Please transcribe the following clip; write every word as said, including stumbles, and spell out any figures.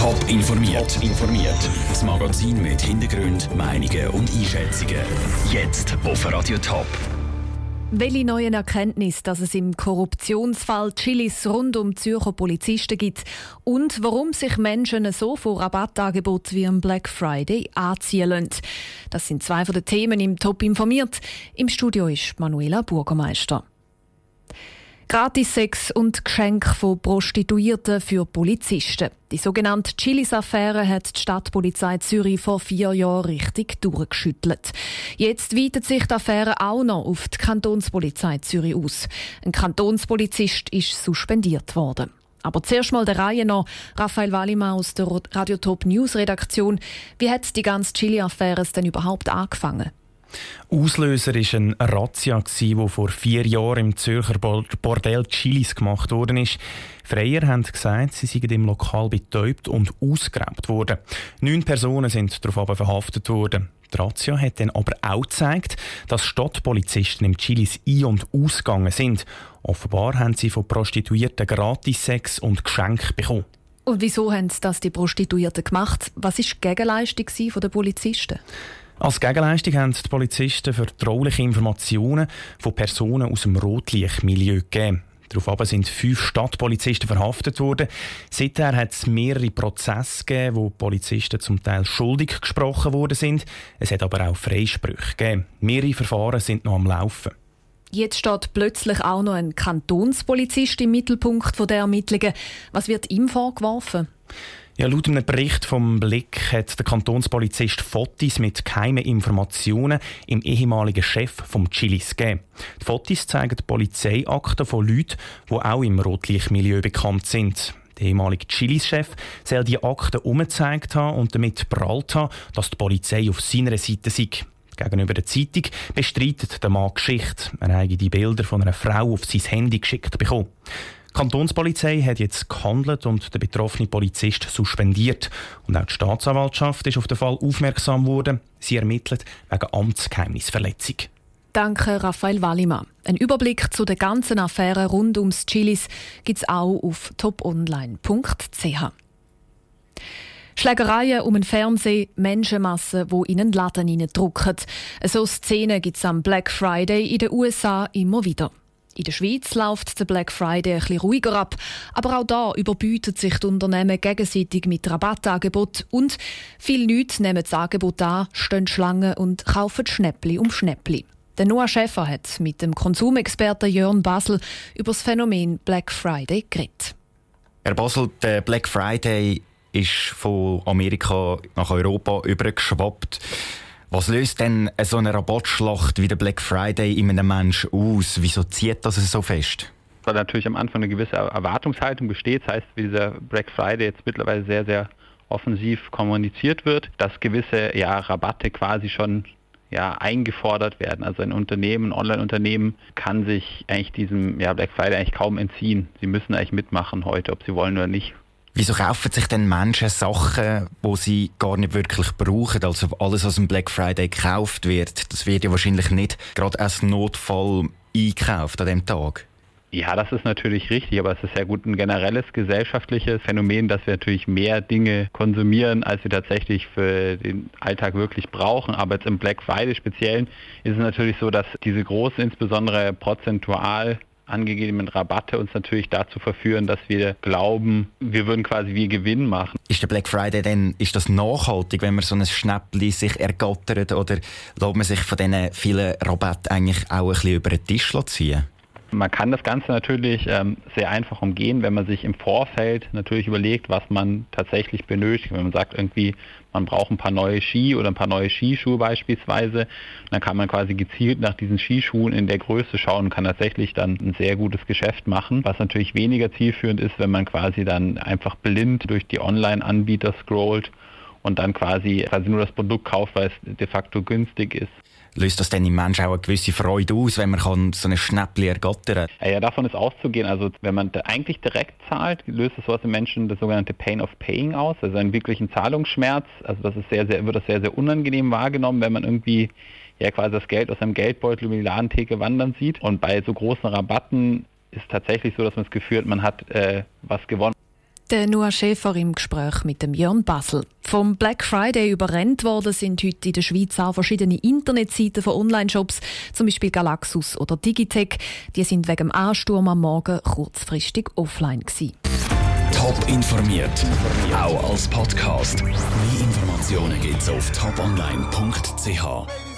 Top informiert. informiert. Das Magazin mit Hintergrund, Meinungen und Einschätzungen. Jetzt auf Radio Top. Welche neuen Erkenntnisse, dass es im Korruptionsfall Chilis rund um Zürcher Polizisten gibt und warum sich Menschen so vor Rabattangeboten wie am Black Friday anziehen lassen. Das sind zwei von den Themen im Top informiert. Im Studio ist Manuela Burgermeister. Gratissex und Geschenke von Prostituierten für Polizisten. Die sogenannte Chilis-Affäre hat die Stadtpolizei Zürich vor vier Jahren richtig durchgeschüttelt. Jetzt weitet sich die Affäre auch noch auf die Kantonspolizei Zürich aus. Ein Kantonspolizist ist suspendiert worden. Aber zuerst mal der Reihe nach. Raphael Wallimann aus der Radio Top News Redaktion. Wie hat die ganze Chili-Affäre denn überhaupt angefangen? Auslöser war eine Razzia, die vor vier Jahren im Zürcher Bordell Chilis gemacht worden ist. Freier haben gesagt, sie seien im Lokal betäubt und ausgeraubt worden. Neun Personen sind darauf verhaftet worden. Die Razzia hat dann aber auch gezeigt, dass Stadtpolizisten im Chilis ein- und ausgegangen sind. Offenbar haben sie von Prostituierten Gratissex und Geschenke bekommen. Und wieso haben das die Prostituierten gemacht? Was war die Gegenleistung der Polizisten? Als Gegenleistung haben die Polizisten vertrauliche Informationen von Personen aus dem Rotlichtmilieu gegeben. Daraufhin sind fünf Stadtpolizisten verhaftet worden. Seither hat es mehrere Prozesse gegeben, wo Polizisten zum Teil schuldig gesprochen worden sind. Es hat aber auch Freisprüche gegeben. Mehrere Verfahren sind noch am Laufen. Jetzt steht plötzlich auch noch ein Kantonspolizist im Mittelpunkt der Ermittlungen. Was wird ihm vorgeworfen? Ja, laut einem Bericht vom Blick hat der Kantonspolizist Fotos mit geheimen Informationen im ehemaligen Chef vom Chilis gegeben. Die Fotos zeigen Polizeiakten von Leuten, die auch im Rotlichtmilieu bekannt sind. Der ehemalige Chilis-Chef soll die Akten umgezeigt haben und damit prallt haben, dass die Polizei auf seiner Seite sei. Gegenüber der Zeitung bestreitet der Mann Geschichte. Er habe die Bilder von einer Frau auf sein Handy geschickt bekommen. Die Kantonspolizei hat jetzt gehandelt und den betroffenen Polizist suspendiert. Und auch die Staatsanwaltschaft ist auf den Fall aufmerksam geworden. Sie ermittelt wegen Amtsgeheimnisverletzung. Danke, Raphael Wallimann. Ein Überblick zu der ganzen Affäre rund ums Chilis gibt es auch auf toponline punkt c h. Schlägereien um einen Fernseher, Menschenmassen, die in einen Laden hineindrücken. So Szenen gibt es am Black Friday in den U S A immer wieder. In der Schweiz läuft der Black Friday ein bisschen ruhiger ab, aber auch da überbieten sich die Unternehmen gegenseitig mit Rabattangeboten und viele Leute nehmen das Angebot an, stehen Schlangen und kaufen Schnäppli um Schnäppli. Der Noah Schäfer hat mit dem Konsumexperten Jörn Basel über das Phänomen Black Friday geredet. Herr Basel, der Black Friday ist von Amerika nach Europa übergeschwappt. Was löst denn so eine Rabattschlacht wie der Black Friday in einem Menschen aus? Wieso zieht das so fest? Weil natürlich am Anfang eine gewisse Erwartungshaltung besteht. Das heißt, wie dieser Black Friday jetzt mittlerweile sehr, sehr offensiv kommuniziert wird, dass gewisse ja, Rabatte quasi schon ja, eingefordert werden. Also ein Unternehmen, ein Online-Unternehmen kann sich eigentlich diesem ja, Black Friday eigentlich kaum entziehen. Sie müssen eigentlich mitmachen heute, ob sie wollen oder nicht. Wieso kaufen sich denn Menschen Sachen, die sie gar nicht wirklich brauchen? Also alles, was am Black Friday gekauft wird, das wird ja wahrscheinlich nicht gerade als Notfall eingekauft an diesem Tag. Ja, das ist natürlich richtig, aber es ist sehr gut ein generelles gesellschaftliches Phänomen, dass wir natürlich mehr Dinge konsumieren, als wir tatsächlich für den Alltag wirklich brauchen. Aber jetzt im Black Friday speziell ist es natürlich so, dass diese großen, insbesondere prozentual angegebenen Rabatte uns natürlich dazu verführen, dass wir glauben, wir würden quasi wie Gewinn machen. Ist der Black Friday denn, ist das nachhaltig, wenn man so ein Schnäppli sich ergattert, oder lässt man sich von diesen vielen Rabatten eigentlich auch ein bisschen über den Tisch ziehen? Man kann das Ganze natürlich ähm, sehr einfach umgehen, wenn man sich im Vorfeld natürlich überlegt, was man tatsächlich benötigt. Wenn man sagt, irgendwie, man braucht ein paar neue Ski oder ein paar neue Skischuhe beispielsweise, dann kann man quasi gezielt nach diesen Skischuhen in der Größe schauen und kann tatsächlich dann ein sehr gutes Geschäft machen. Was natürlich weniger zielführend ist, wenn man quasi dann einfach blind durch die Online-Anbieter scrollt und dann quasi, quasi nur das Produkt kauft, weil es de facto günstig ist. Löst das denn im Menschen auch eine gewisse Freude aus, wenn man kann so ein Schnäppli ergattern kann? Ja, ja, davon ist auszugehen. Also wenn man eigentlich direkt zahlt, löst es sowas im Menschen das sogenannte Pain of Paying aus, also einen wirklichen Zahlungsschmerz. Also das ist sehr, sehr, wird das sehr, sehr unangenehm wahrgenommen, wenn man irgendwie ja quasi das Geld aus einem Geldbeutel über die Ladentheke wandern sieht. Und bei so großen Rabatten ist tatsächlich so, dass man das Gefühl hat, man hat äh, was gewonnen. Der Noah Schäfer im Gespräch mit dem Jörn Basel. Vom Black Friday überrennt worden sind heute in der Schweiz auch verschiedene Internetseiten von Online-Shops, zum Beispiel Galaxus oder Digitec. Die sind wegen dem Ansturm am Morgen kurzfristig offline gewesen. Top informiert, auch als Podcast. Mehr Informationen gibt's auf top online punkt c h.